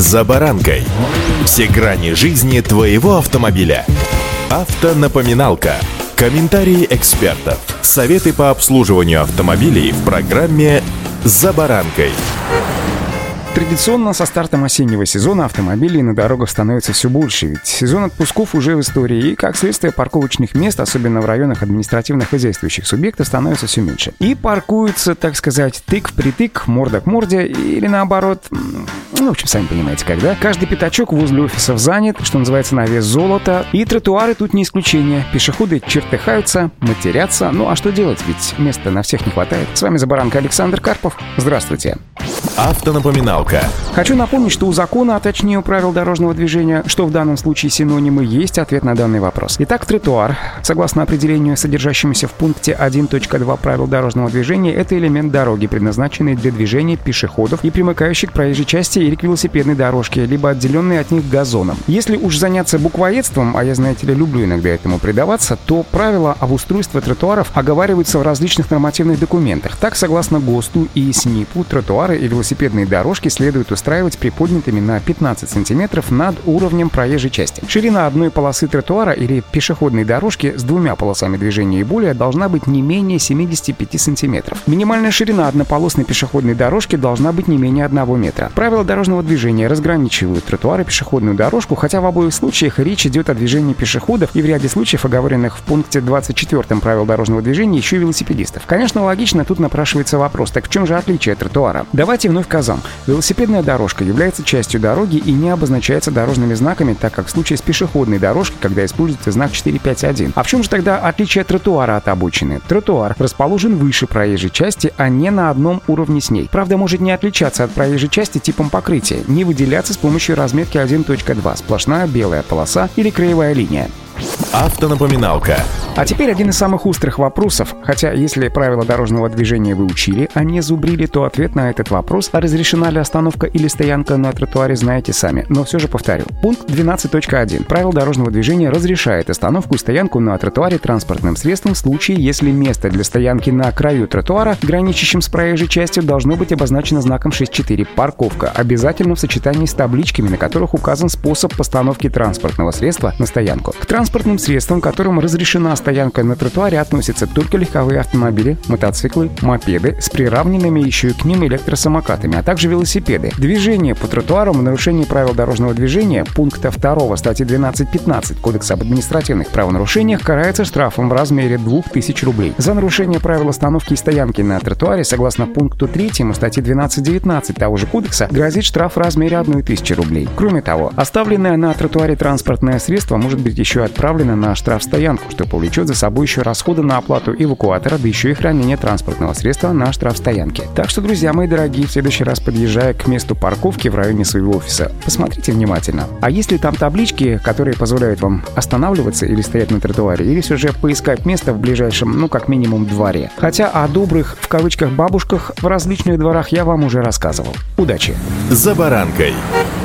«За баранкой». Все грани жизни твоего автомобиля. Автонапоминалка. Комментарии экспертов. Советы по обслуживанию автомобилей в программе «За баранкой». Традиционно со стартом осеннего сезона автомобилей на дорогах становится все больше, ведь сезон отпусков уже в истории, и, как следствие, парковочных мест, особенно в районах административно-хозяйствующих субъектов, становится все меньше. И паркуются, так сказать, тык-впритык, морда к морде, или наоборот, в общем, сами понимаете, когда. Каждый пятачок возле офисов занят, что называется, на вес золота, и тротуары тут не исключение. Пешеходы чертыхаются, матерятся, ну а что делать, ведь места на всех не хватает. С вами «За баранкой» Александр Карпов. Здравствуйте. Автонапоминалка. Хочу напомнить, что у закона, а точнее у правил дорожного движения, что в данном случае синонимы, есть ответ на данный вопрос. Итак, тротуар, согласно определению, содержащемуся в пункте 1.2 правил дорожного движения, это элемент дороги, предназначенный для движения пешеходов и примыкающий к проезжей части или к велосипедной дорожке, либо отделенный от них газоном. Если уж заняться буквоедством, а я, знаете ли, люблю иногда этому предаваться, то правила об устройстве тротуаров оговариваются в различных нормативных документах. Так, согласно ГОСТу и СНИПу, тротуары и велосипедные дорожки следует устраивать приподнятыми на 15 сантиметров над уровнем проезжей части. Ширина одной полосы тротуара или пешеходной дорожки с двумя полосами движения и более должна быть не менее 75 сантиметров. Минимальная ширина однополосной пешеходной дорожки должна быть не менее 1 метра. Правила дорожного движения разграничивают тротуар и пешеходную дорожку, хотя в обоих случаях речь идет о движении пешеходов и в ряде случаев, оговоренных в пункте 24 правил дорожного движения, еще и велосипедистов. Конечно, логично, тут напрашивается вопрос, так в чем же отличие тротуара? Давайте вновь к азам. Велосипедная дорожка является частью дороги и не обозначается дорожными знаками, так как в случае с пешеходной дорожкой, когда используется знак 451. А в чем же тогда отличие тротуара от обочины? Тротуар расположен выше проезжей части, а не на одном уровне с ней. Правда, может не отличаться от проезжей части типом покрытия, не выделяться с помощью разметки 1.2, сплошная белая полоса или краевая линия. Автонапоминалка. А теперь один из самых острых вопросов. Хотя, если правила дорожного движения вы учили, а не зубрили, то ответ на этот вопрос, а разрешена ли остановка или стоянка на тротуаре, знаете сами. Но все же повторю. Пункт 12.1 правил дорожного движения разрешает остановку и стоянку на тротуаре транспортным средством в случае, если место для стоянки на краю тротуара, граничащем с проезжей частью, должно быть обозначено знаком 6.4 «Парковка», обязательно в сочетании с табличками, на которых указан способ постановки транспортного средства на стоянку. К транспортным средствам, которым разрешена стоянка на тротуаре, относятся только легковые автомобили, мотоциклы, мопеды с приравненными еще и к ним электросамокатами, а также велосипеды. Движение по тротуарам в нарушении правил дорожного движения пункта 2 статьи 12.15 Кодекса об административных правонарушениях карается штрафом в размере 2000 рублей. За нарушение правил остановки и стоянки на тротуаре, согласно пункту 3 статьи 12.19 того же кодекса, грозит штраф в размере 1000 рублей. Кроме того, оставленное на тротуаре транспортное средство может быть еще отправлено на штрафстоянку, что повлечет за собой еще расходы на оплату эвакуатора, да еще и хранение транспортного средства на штрафстоянке. Так что, друзья мои дорогие, в следующий раз, подъезжая к месту парковки в районе своего офиса, посмотрите внимательно. А есть ли там таблички, которые позволяют вам останавливаться или стоять на тротуаре, или все же поискать место в ближайшем, как минимум, дворе? Хотя о добрых, в кавычках, бабушках в различных дворах я вам уже рассказывал. Удачи! «За баранкой».